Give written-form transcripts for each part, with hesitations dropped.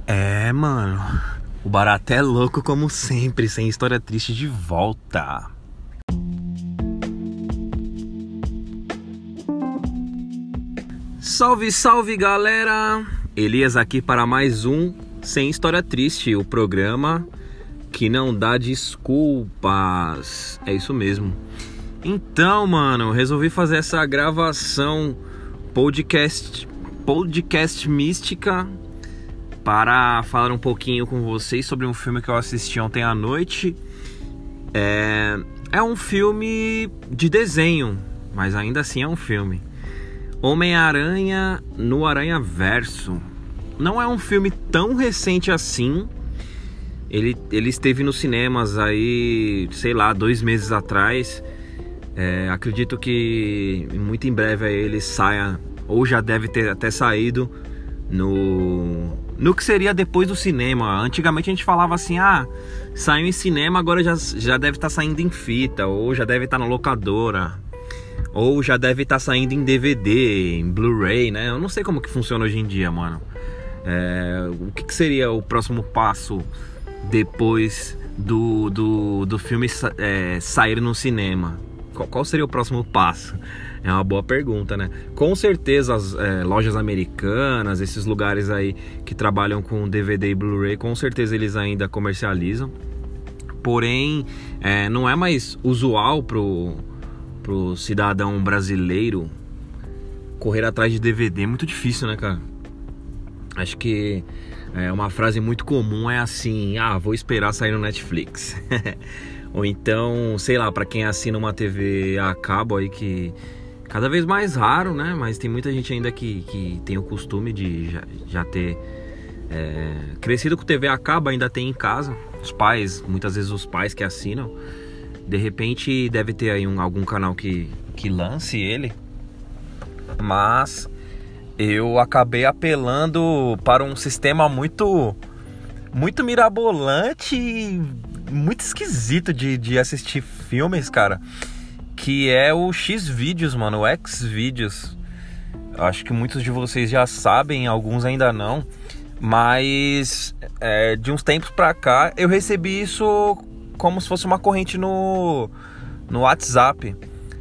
É, mano, o barato é louco como sempre, sem história triste de volta. Salve, salve, galera! Elias aqui para mais um Sem História Triste, o programa que não dá desculpas. É isso mesmo. Então, mano, resolvi fazer essa gravação podcast mística para falar um pouquinho com vocês sobre um filme que eu assisti ontem à noite. É um filme de desenho, mas ainda assim é um filme. Homem-Aranha no Aranhaverso. Não é um filme tão recente assim. Ele esteve nos cinemas aí, sei lá, 2 meses atrás. Acredito que muito em breve aí ele saia, ou já deve ter até saído no que seria depois do cinema. Antigamente a gente falava assim, saiu em cinema, agora já deve estar saindo em fita, ou já deve estar na locadora, ou já deve estar saindo em DVD, em Blu-ray, né? Eu não sei como que funciona hoje em dia, mano. O que seria o próximo passo depois do filme sair no cinema? Qual seria o próximo passo? É uma boa pergunta, né? Com certeza as lojas americanas, esses lugares aí que trabalham com DVD e Blu-ray, com certeza eles ainda comercializam. Porém, não é mais usual pro cidadão brasileiro correr atrás de DVD. É muito difícil, né, cara? Acho que uma frase muito comum é assim: vou esperar sair no Netflix. Ou então, sei lá, pra quem assina uma TV a cabo aí, que cada vez mais raro, né? Mas tem muita gente ainda que tem o costume de já ter crescido com TV a cabo, ainda tem em casa. Os pais, muitas vezes os pais que assinam, de repente deve ter aí algum canal que lance ele. Mas eu acabei apelando para um sistema muito mirabolante, muito esquisito de assistir filmes, cara, que é o Xvideos, mano, o Xvideos. Acho que muitos de vocês já sabem, alguns ainda não, mas de uns tempos pra cá eu recebi isso como se fosse uma corrente no WhatsApp.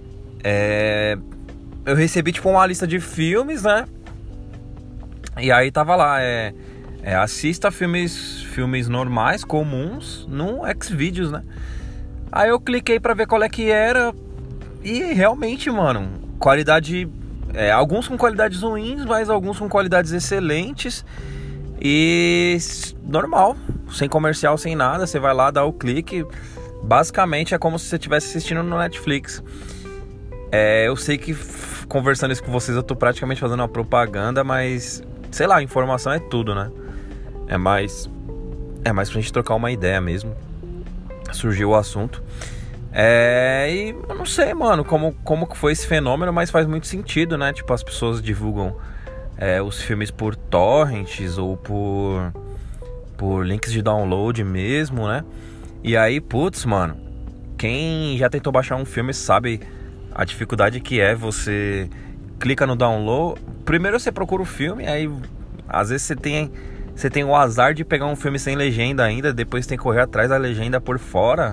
Eu recebi tipo uma lista de filmes, né? E aí tava lá, assista filmes normais, comuns, no Xvideos, né? Aí eu cliquei pra ver qual é que era. E realmente, mano, qualidade... alguns com qualidades ruins, mas alguns com qualidades excelentes. E normal, sem comercial, sem nada. Você vai lá, dá o clique. Basicamente é como se você estivesse assistindo no Netflix. Eu sei que conversando isso com vocês eu tô praticamente fazendo uma propaganda, mas... sei lá, informação é tudo, né? É mais pra gente trocar uma ideia mesmo. Surgiu o assunto. E eu não sei, mano, como que foi esse fenômeno, mas faz muito sentido, né? Tipo, as pessoas divulgam os filmes por torrents ou por links de download mesmo, né? E aí, putz, mano, quem já tentou baixar um filme sabe a dificuldade que é. Você clica no download, primeiro você procura o filme, aí às vezes você tem o azar de pegar um filme sem legenda ainda, depois tem que correr atrás da legenda por fora.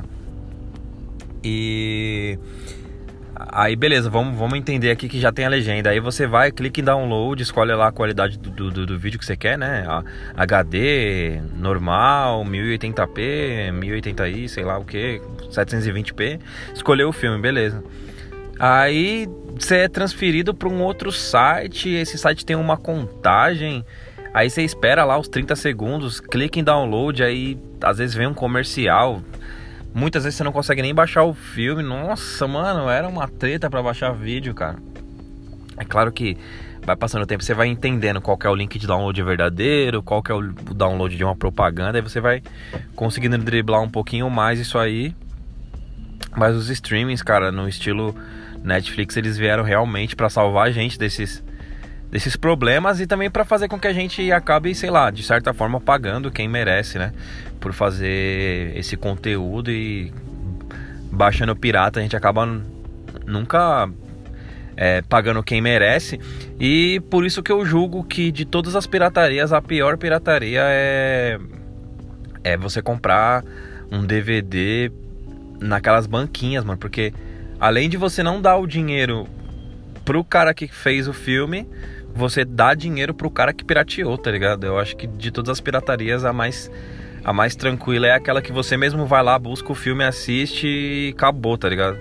E aí beleza, vamos entender aqui que já tem a legenda. Aí você vai, clica em download, escolhe lá a qualidade do vídeo que você quer, né? HD, normal, 1080p, 1080i, sei lá o que, 720p. Escolheu o filme, beleza. Aí você é transferido para um outro site. Esse site tem uma contagem. Aí você espera lá os 30 segundos, clica em download. Aí às vezes vem um comercial. Muitas vezes você não consegue nem baixar o filme. Nossa, mano, era uma treta para baixar vídeo, cara. É claro que vai passando o tempo, você vai entendendo qual que é o link de download verdadeiro, qual que é o download de uma propaganda. Aí você vai conseguindo driblar um pouquinho mais isso aí. Mas os streamings, cara, no estilo Netflix, eles vieram realmente pra salvar a gente desses problemas e também pra fazer com que a gente acabe, sei lá, de certa forma pagando quem merece, né? Por fazer esse conteúdo. E baixando pirata, a gente acaba nunca pagando quem merece. E por isso que eu julgo que de todas as piratarias, a pior pirataria é você comprar um DVD naquelas banquinhas, mano. Porque além de você não dar o dinheiro pro cara que fez o filme, você dá dinheiro pro cara que pirateou, tá ligado? Eu acho que de todas as piratarias, a mais tranquila é aquela que você mesmo vai lá, busca o filme, assiste e acabou, tá ligado?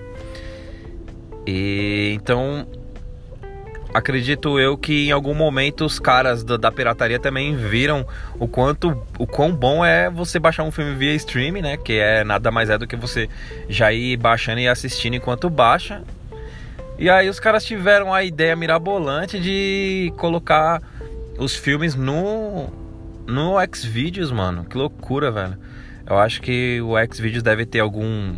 E então acredito eu que em algum momento os caras da pirataria também viram o quão bom é você baixar um filme via streaming, né? Que nada mais do que você já ir baixando e assistindo enquanto baixa. E aí os caras tiveram a ideia mirabolante de colocar os filmes no Xvideos, mano. Que loucura, velho. Eu acho que o Xvideos deve ter algum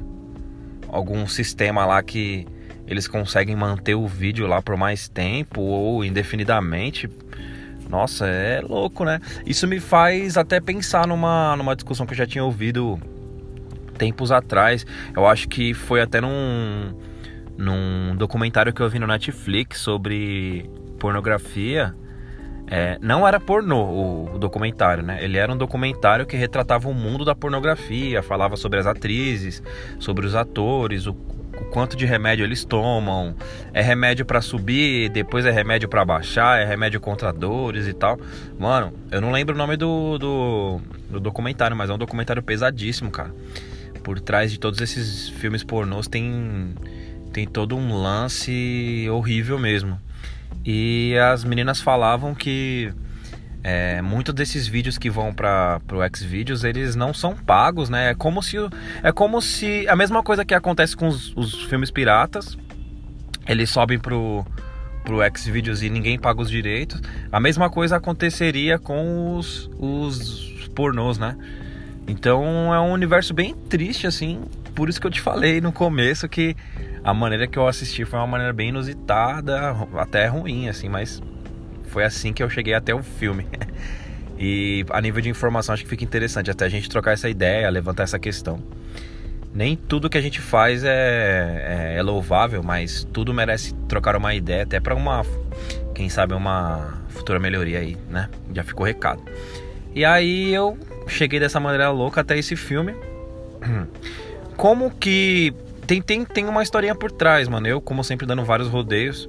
sistema lá que eles conseguem manter o vídeo lá por mais tempo ou indefinidamente. Nossa, é louco, né? Isso me faz até pensar numa discussão que eu já tinha ouvido tempos atrás. Eu acho que foi até num documentário que eu vi no Netflix sobre pornografia. Não era pornô o documentário, né? Ele era um documentário que retratava o mundo da pornografia, falava sobre as atrizes, sobre os atores, o quanto de remédio eles tomam. É remédio pra subir, depois é remédio pra baixar, é remédio contra dores e tal. Mano, eu não lembro o nome do documentário, mas é um documentário pesadíssimo, cara. Por trás de todos esses filmes pornôs tem todo um lance horrível mesmo. E as meninas falavam que muitos desses vídeos que vão pro Xvideos, eles não são pagos, né? É como se a mesma coisa que acontece com os filmes piratas, eles sobem pro Xvideos e ninguém paga os direitos. A mesma coisa aconteceria com os pornôs, né? Então é um universo bem triste, assim. Por isso que eu te falei no começo que a maneira que eu assisti foi uma maneira bem inusitada, até ruim, assim, mas foi assim que eu cheguei até o filme. E a nível de informação acho que fica interessante até a gente trocar essa ideia, levantar essa questão. Nem tudo que a gente faz é louvável, mas tudo merece trocar uma ideia, até para quem sabe uma futura melhoria aí, né? Já ficou o recado. E aí eu cheguei dessa maneira louca até esse filme. Como que tem uma historinha por trás, mano. Eu, como sempre, dando vários rodeios,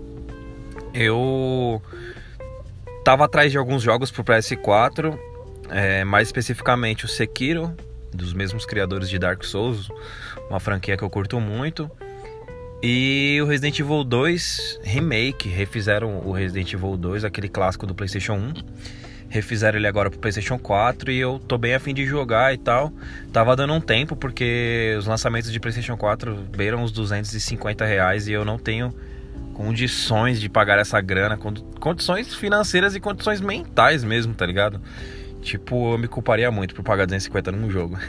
eu tava atrás de alguns jogos pro PS4, mais especificamente o Sekiro, dos mesmos criadores de Dark Souls, uma franquia que eu curto muito, e o Resident Evil 2 Remake. Refizeram o Resident Evil 2, aquele clássico do PlayStation 1, refizeram ele agora pro PlayStation 4 e eu tô bem afim de jogar e tal. Tava dando um tempo porque os lançamentos de PlayStation 4 beiram os R$250 e eu não tenho condições de pagar essa grana, condições financeiras e condições mentais mesmo, tá ligado? Tipo, eu me culparia muito por pagar 250 num jogo.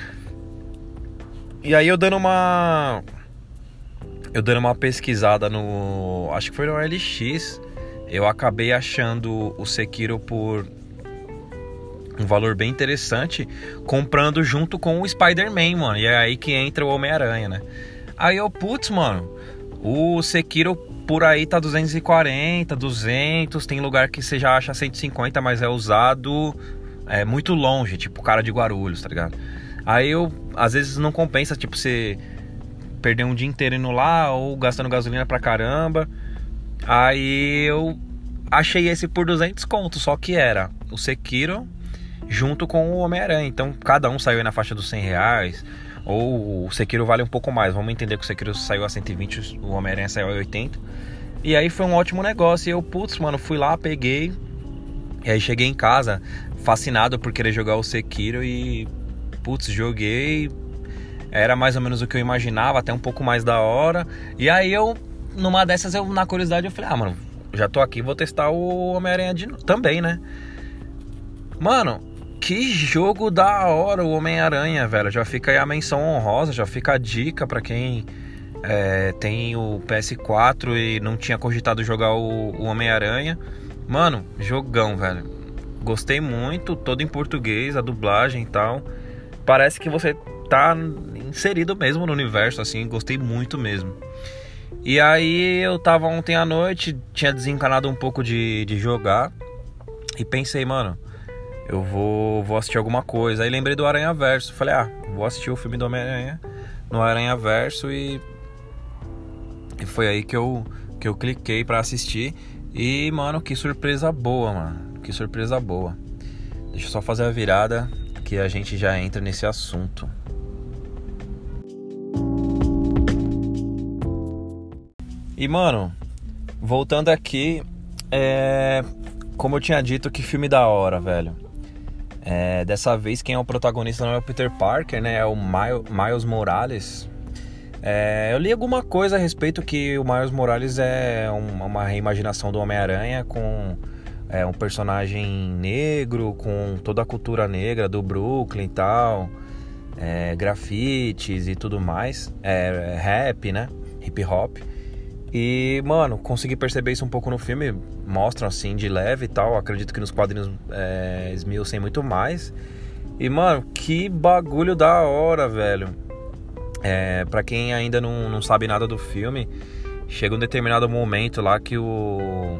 E aí eu dando uma pesquisada acho que foi no OLX, eu acabei achando o Sekiro por um valor bem interessante, comprando junto com o Spider-Man, mano. E é aí que entra o Homem-Aranha, né? Aí eu, putz, mano, o Sekiro por aí tá 240, 200, tem lugar que você já acha 150, mas é usado muito longe, tipo cara de Guarulhos, tá ligado? Aí às vezes não compensa, tipo, você perder um dia inteiro indo lá ou gastando gasolina pra caramba. Aí eu achei esse por 200 contos, só que era o Sekiro junto com o Homem-Aranha. Então cada um saiu aí na faixa dos R$100, ou o Sekiro vale um pouco mais. Vamos entender que o Sekiro saiu a 120, o Homem-Aranha saiu a 80. E aí foi um ótimo negócio. E eu, putz, mano, fui lá, peguei. E aí cheguei em casa fascinado por querer jogar o Sekiro e, putz, joguei. Era mais ou menos o que eu imaginava, até um pouco mais da hora. E aí numa dessas, na curiosidade, eu falei, mano, já tô aqui, vou testar o Homem-Aranha também, né? Mano, que jogo da hora o Homem-Aranha, velho. Já fica aí a menção honrosa, já fica a dica pra quem tem o PS4 e não tinha cogitado jogar o Homem-Aranha. Mano, jogão, velho. Gostei muito, todo em português, a dublagem e tal. Parece que você tá inserido mesmo no universo, assim, gostei muito mesmo. E aí eu tava ontem à noite, tinha desencanado um pouco de jogar e pensei, mano, eu vou assistir alguma coisa. Aí lembrei do Aranhaverso, falei, vou assistir o filme do Homem-Aranha no Aranhaverso e foi aí que eu cliquei pra assistir. E, mano, que surpresa boa, mano, que surpresa boa. Deixa eu só fazer a virada que a gente já entra nesse assunto. E, mano, voltando aqui, como eu tinha dito, que filme da hora, velho. Dessa vez quem é o protagonista não é o Peter Parker, né? É o Miles Morales. Eu li alguma coisa a respeito que o Miles Morales é uma reimaginação do Homem-Aranha com um personagem negro, com toda a cultura negra do Brooklyn e tal, grafites e tudo mais, rap, né? Hip hop. E, mano, consegui perceber isso um pouco no filme. Mostram assim de leve e tal. Acredito que nos quadrinhos esmiuçem muito mais. E, mano, que bagulho da hora, velho. Pra quem ainda não sabe nada do filme, chega um determinado momento lá que o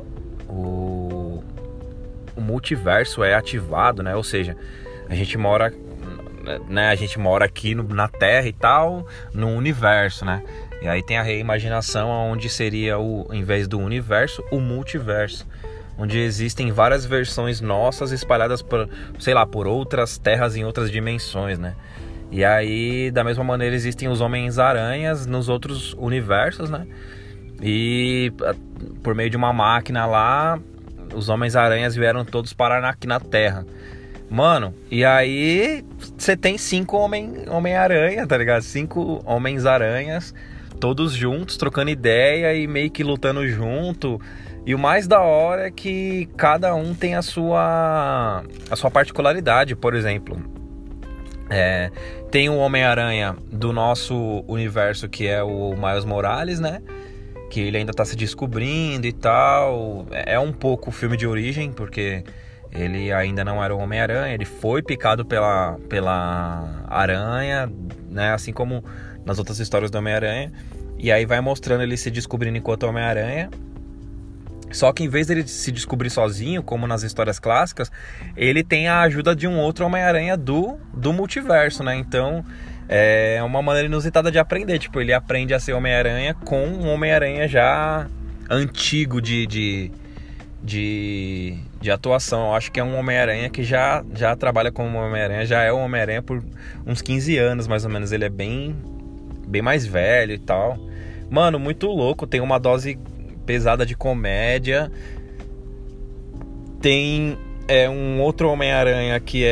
multiverso é ativado, né? Ou seja, a gente mora aqui na Terra e tal, no universo, né? E aí tem a reimaginação, onde seria, em vez do universo, o multiverso, onde existem várias versões nossas espalhadas por outras terras em outras dimensões, né? E aí, da mesma maneira, existem os Homens-Aranhas nos outros universos, né? E por meio de uma máquina lá, os Homens-Aranhas vieram todos parar aqui na Terra. Mano, e aí você tem 5 Homem-Aranha, tá ligado? 5 Homens-Aranhas, todos juntos, trocando ideia e meio que lutando junto. E o mais da hora é que cada um tem a sua particularidade. Por exemplo, tem o Homem-Aranha do nosso universo, que é o Miles Morales, né? Que ele ainda tá se descobrindo e tal. É um pouco filme de origem, porque ele ainda não era o Homem-Aranha. Ele foi picado pela aranha, né? Assim como nas outras histórias do Homem-Aranha. E aí vai mostrando ele se descobrindo enquanto Homem-Aranha. Só que em vez dele se descobrir sozinho, como nas histórias clássicas, ele tem a ajuda de um outro Homem-Aranha do multiverso, né? Então é uma maneira inusitada de aprender. Tipo, ele aprende a ser Homem-Aranha com um Homem-Aranha já antigo de atuação. Eu acho que é um Homem-Aranha que já trabalha como Homem-Aranha, já é o Homem-Aranha por uns 15 anos mais ou menos. Ele é bem mais velho e tal. Mano, muito louco. Tem uma dose pesada de comédia. Tem um outro Homem-Aranha que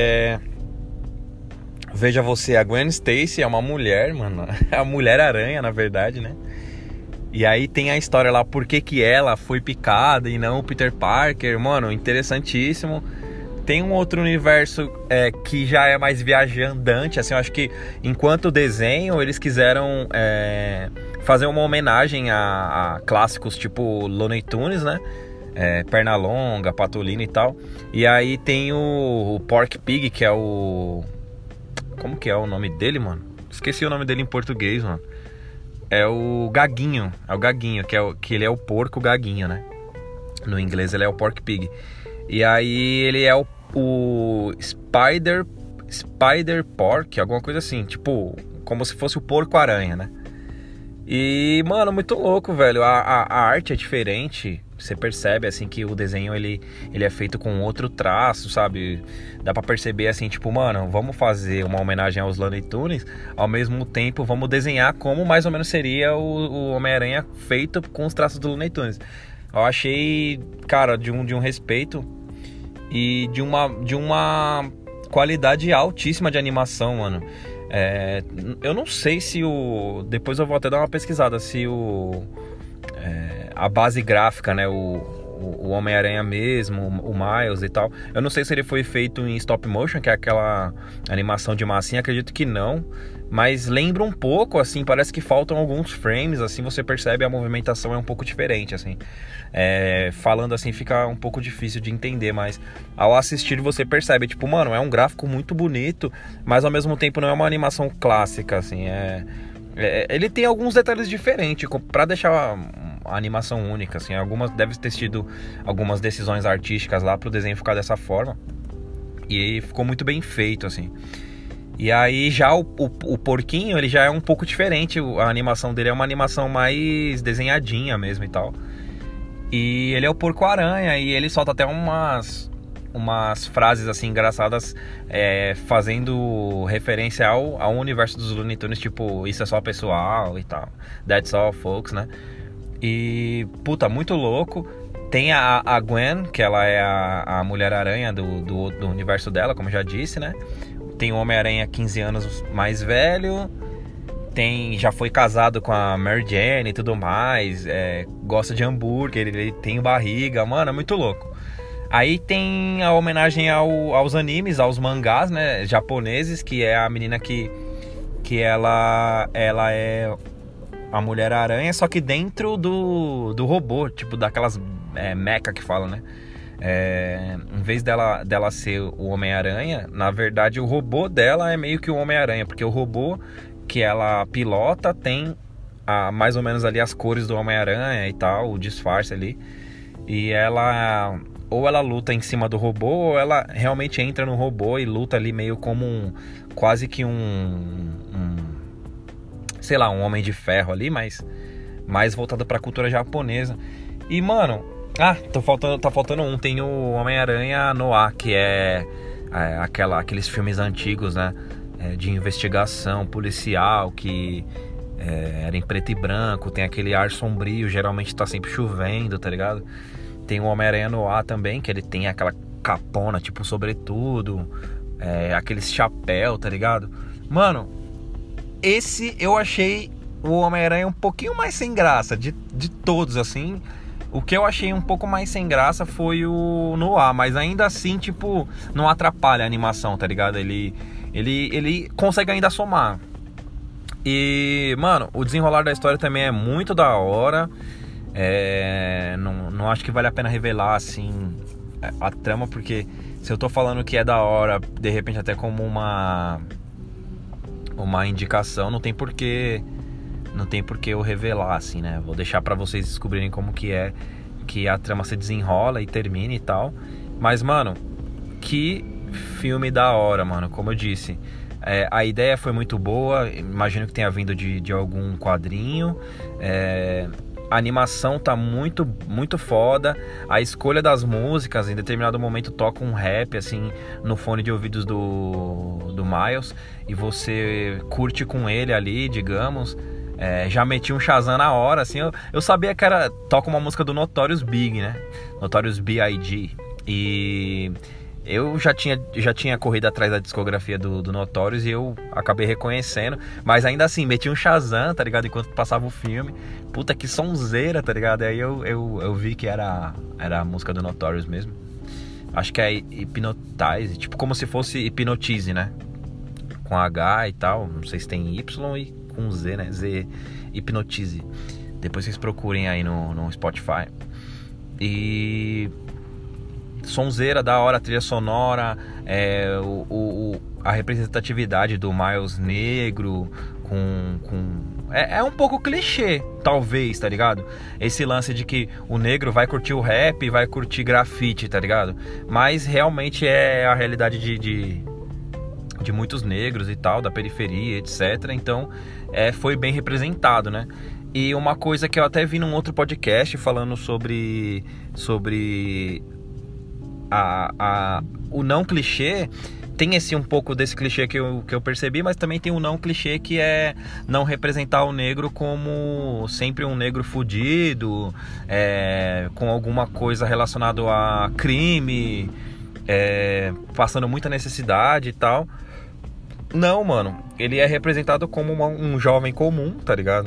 veja você, a Gwen Stacy é uma mulher, mano. É a Mulher-Aranha, na verdade, né? E aí tem a história lá, por que ela foi picada e não o Peter Parker. Mano, interessantíssimo. Tem um outro universo que já é mais viajandante, assim. Eu acho que enquanto desenho eles quiseram fazer uma homenagem a clássicos tipo Looney Tunes, né? Pernalonga, Patolino e tal. E aí tem o Pork Pig, que é o... Como que é o nome dele, mano? Esqueci o nome dele em português, mano. É o Gaguinho. É o Gaguinho, que ele é o porco Gaguinho, né? No inglês ele é o Pork Pig. E aí ele é o Spider Pork, alguma coisa assim. Tipo, como se fosse o Porco-Aranha, né? E, mano, muito louco, velho. A arte é diferente. Você percebe, assim, que o desenho, ele é feito com outro traço, sabe? Dá pra perceber, assim, tipo, mano, vamos fazer uma homenagem aos Looney Tunes. Ao mesmo tempo, vamos desenhar como mais ou menos seria o Homem-Aranha feito com os traços do Looney Tunes. Eu achei, cara, de um respeito e de uma qualidade altíssima de animação, mano. Eu não sei se depois eu vou até dar uma pesquisada se a base gráfica, né, o Homem-Aranha mesmo, o Miles e tal, eu não sei se ele foi feito em stop motion, que é aquela animação de massinha, acredito que não, mas lembra um pouco, assim, parece que faltam alguns frames, assim, você percebe a movimentação é um pouco diferente, assim, falando assim fica um pouco difícil de entender, mas ao assistir você percebe, tipo, mano, é um gráfico muito bonito, mas ao mesmo tempo não é uma animação clássica, assim, Ele tem alguns detalhes diferentes pra deixar a animação única, assim. Deve ter tido algumas decisões artísticas lá pro desenho ficar dessa forma. E ficou muito bem feito, assim. E aí já o porquinho, ele já é um pouco diferente. A animação dele é uma animação mais desenhadinha mesmo e tal. E ele é o Porco-Aranha, e ele solta até umas frases assim engraçadas, fazendo referência ao universo dos Looney Tunes, tipo, isso é só pessoal e tal, that's all folks, né? E, puta, muito louco. Tem a Gwen, que ela é a Mulher-Aranha do universo dela, como já disse, né? Tem o Homem-Aranha 15 anos mais velho. Já foi casado com a Mary Jane e tudo mais. Gosta de hambúrguer, ele tem barriga. Mano, é muito louco. Aí tem a homenagem aos animes, aos mangás, né, japoneses, que é a menina que ela é a Mulher-Aranha, só que dentro do robô, tipo daquelas mecha que fala, né? Em vez dela ser o Homem-Aranha, na verdade o robô dela é meio que o Homem-Aranha, porque o robô que ela pilota tem mais ou menos ali as cores do Homem-Aranha e tal, o disfarce ali. E ou ela luta em cima do robô, ou ela realmente entra no robô e luta ali meio como quase que sei lá, um Homem de Ferro ali, mas mais voltado pra cultura japonesa. E, mano, tá faltando um. Tem o Homem-Aranha Noir, que é aqueles filmes antigos, né? De investigação policial, que era em preto e branco, tem aquele ar sombrio, geralmente tá sempre chovendo, tá ligado? Tem o Homem-Aranha Noir também, que ele tem aquela capona, tipo, sobretudo, aqueles chapéu, tá ligado? Mano, esse eu achei o Homem-Aranha um pouquinho mais sem graça, de todos, assim. O que eu achei um pouco mais sem graça foi o Noir, mas ainda assim, tipo, não atrapalha a animação, tá ligado? Ele consegue ainda somar. E, mano, o desenrolar da história também é muito da hora. Não acho que vale a pena revelar assim a trama, porque se eu tô falando que é da hora, de repente até como uma indicação, não tem porquê eu revelar assim, né? Vou deixar pra vocês descobrirem como que a trama se desenrola e termina e tal. Mas, mano, que filme da hora, mano. Como eu disse, a ideia foi muito boa. Imagino que tenha vindo de algum quadrinho. A animação tá muito, muito foda. A escolha das músicas, em determinado momento toca um rap assim no fone de ouvidos do Miles, e você curte com ele ali, digamos. Já meti um Shazam na hora, assim. Eu sabia que toca uma música do Notorious Big, né? Notorious B.I.G. E eu já tinha corrido atrás da discografia do Notorious, e eu acabei reconhecendo. Mas ainda assim, meti um Shazam, tá ligado? Enquanto passava o filme. Puta, que sonzeira, tá ligado? Aí eu vi que era a música do Notorious mesmo. Acho que é Hypnotize, tipo como se fosse Hipnotize, né? Com H e tal. Não sei se tem Y e com Z, né? Z, Hipnotize. Depois vocês procurem aí no Spotify. E sonzeira, da hora, a trilha sonora, a representatividade do Miles negro é um pouco clichê, talvez, tá ligado? Esse lance de que o negro vai curtir o rap e vai curtir grafite, tá ligado? Mas realmente é a realidade de muitos negros e tal, da periferia, etc. Então, foi bem representado, né? E uma coisa que eu até vi num outro podcast falando sobre o não clichê. Tem um pouco desse clichê que eu percebi, mas também tem o não clichê, que é não representar o negro como sempre um negro fudido, com alguma coisa relacionada a crime, passando muita necessidade e tal. Não, mano, ele é representado como um jovem comum, tá ligado?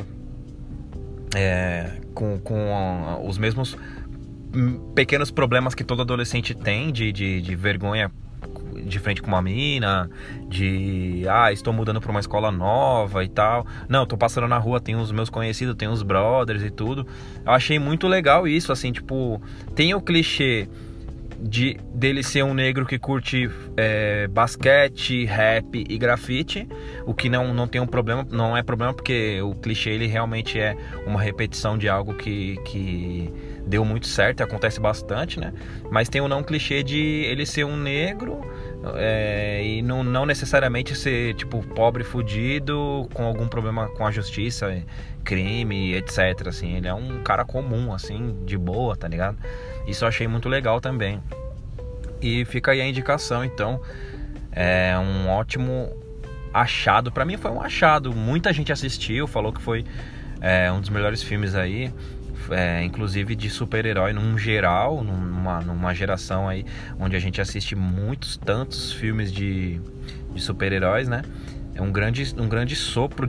Com os mesmos pequenos problemas que todo adolescente tem, de vergonha de frente com uma mina, estou mudando pra uma escola nova e tal. Não, tô passando na rua, tem os meus conhecidos, tem os brothers e tudo. Eu achei muito legal isso, assim, tipo, tem o clichê dele ser um negro que curte basquete, rap e grafite, o que não tem um problema, não é problema, porque o clichê ele realmente é uma repetição de algo que deu muito certo e acontece bastante, né? Mas tem o não clichê de ele ser um negro e não necessariamente ser tipo pobre, fudido, com algum problema com a justiça, crime, etc. Assim, ele é um cara comum, assim, de boa, tá ligado? Isso eu achei muito legal também. E fica aí a indicação, então. É um ótimo achado. Pra mim foi um achado. Muita gente assistiu, falou que foi um dos melhores filmes aí. Inclusive de super-herói num geral, numa geração aí onde a gente assiste tantos filmes de super-heróis, né? É um grande sopro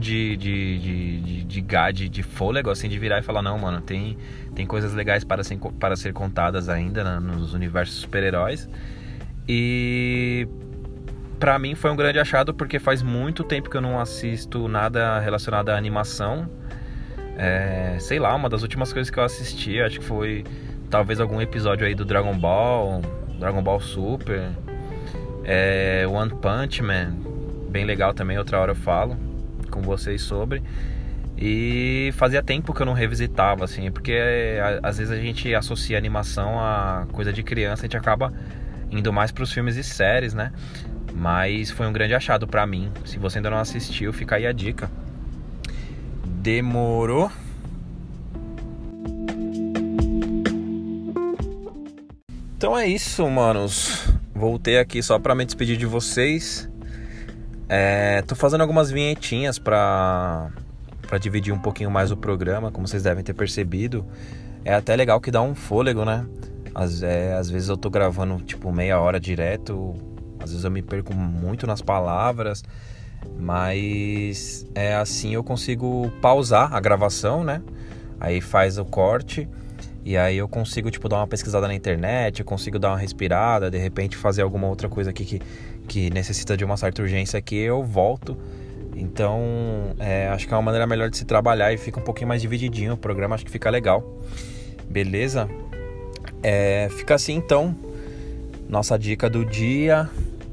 de fôlego, assim, de virar e falar, não, mano, tem coisas legais para ser contadas ainda nos universos super-heróis. E pra mim foi um grande achado, porque faz muito tempo que eu não assisto nada relacionado à animação. Sei lá, uma das últimas coisas que eu assisti, acho que foi talvez algum episódio aí do Dragon Ball Super, One Punch Man, bem legal também, outra hora eu falo com vocês sobre. E fazia tempo que eu não revisitava, assim, porque às vezes a gente associa animação a coisa de criança, a gente acaba indo mais pros filmes e séries, né? Mas foi um grande achado pra mim. Se você ainda não assistiu, fica aí a dica. Demorou? Então é isso, manos. Voltei aqui só pra me despedir de vocês. Tô fazendo algumas vinhetinhas pra dividir um pouquinho mais o programa, como vocês devem ter percebido. É até legal que dá um fôlego, né? Às vezes eu tô gravando tipo meia hora direto, às vezes eu me perco muito nas palavras, mas assim eu consigo pausar a gravação, né? Aí faz o corte e aí eu consigo tipo dar uma pesquisada na internet, eu consigo dar uma respirada, de repente fazer alguma outra coisa aqui que necessita de uma certa urgência aqui, eu volto. Então acho que é uma maneira melhor de se trabalhar e fica um pouquinho mais divididinho o programa, acho que fica legal. Beleza? Fica assim então, nossa dica do dia.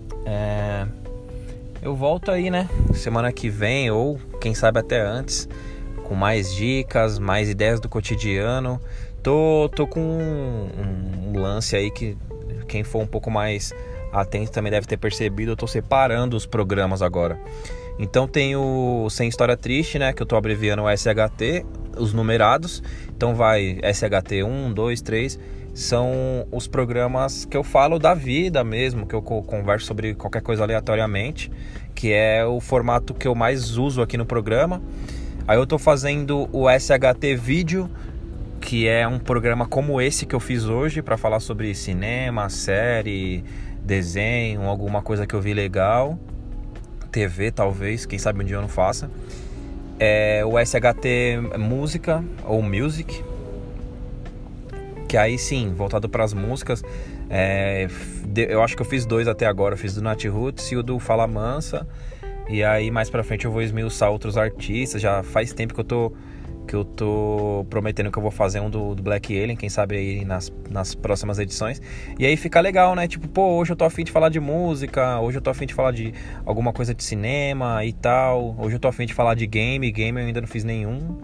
Eu volto aí, né, semana que vem, ou quem sabe até antes, com mais dicas, mais ideias do cotidiano. Tô com um lance aí que quem for um pouco mais atento também deve ter percebido. Eu tô separando os programas agora. Então tem o Sem História Triste, né, que eu tô abreviando o SHT, os numerados. Então vai SHT 1, 2, 3. São os programas que eu falo da vida mesmo, que eu converso sobre qualquer coisa aleatoriamente, que é o formato que eu mais uso aqui no programa. Aí eu tô fazendo o SHT Vídeo, que é um programa como esse que eu fiz hoje, para falar sobre cinema, série, desenho, alguma coisa que eu vi legal, TV talvez, quem sabe um dia eu não faça. O SHT Música ou Music, que aí sim, voltado para as músicas. Eu acho que eu fiz 2 até agora. Eu fiz do Nat Roots e o do Fala Mansa. E aí mais pra frente eu vou esmiuçar outros artistas. Já faz tempo que eu tô prometendo que eu vou fazer um do Black Alien, quem sabe aí nas próximas edições. E aí fica legal, né? Tipo, hoje eu tô afim de falar de música, hoje eu tô afim de falar de alguma coisa de cinema e tal. Hoje eu tô afim de falar de game eu ainda não fiz nenhum.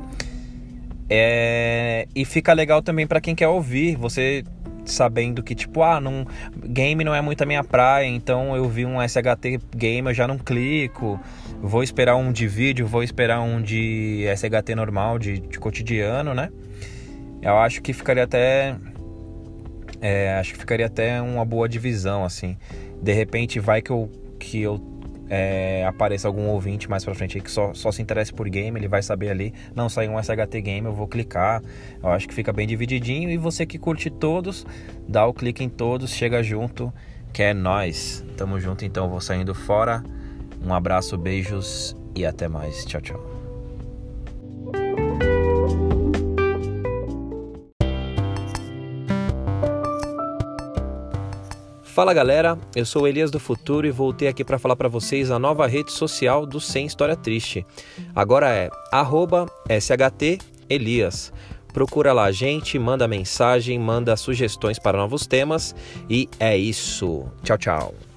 E fica legal também pra quem quer ouvir, você sabendo que tipo, game não é muito a minha praia, então eu vi um SHT game, eu já não clico, vou esperar um de vídeo, vou esperar um de SHT normal, de cotidiano, né? Eu acho que ficaria até uma boa divisão, assim. De repente vai que eu apareça algum ouvinte mais pra frente aí que só se interessa por game, ele vai saber ali, não sai um SHT game, eu vou clicar. Eu acho que fica bem divididinho, e você que curte todos, dá o clique em todos, chega junto, que é nóis. Tamo junto então, vou saindo fora. Um abraço, beijos e até mais. Tchau, tchau. Fala galera, eu sou o Elias do Futuro e voltei aqui para falar para vocês a nova rede social do Sem História Triste. Agora é @SHTElias. procura lá a gente, manda mensagem, manda sugestões para novos temas. E é isso. Tchau, tchau.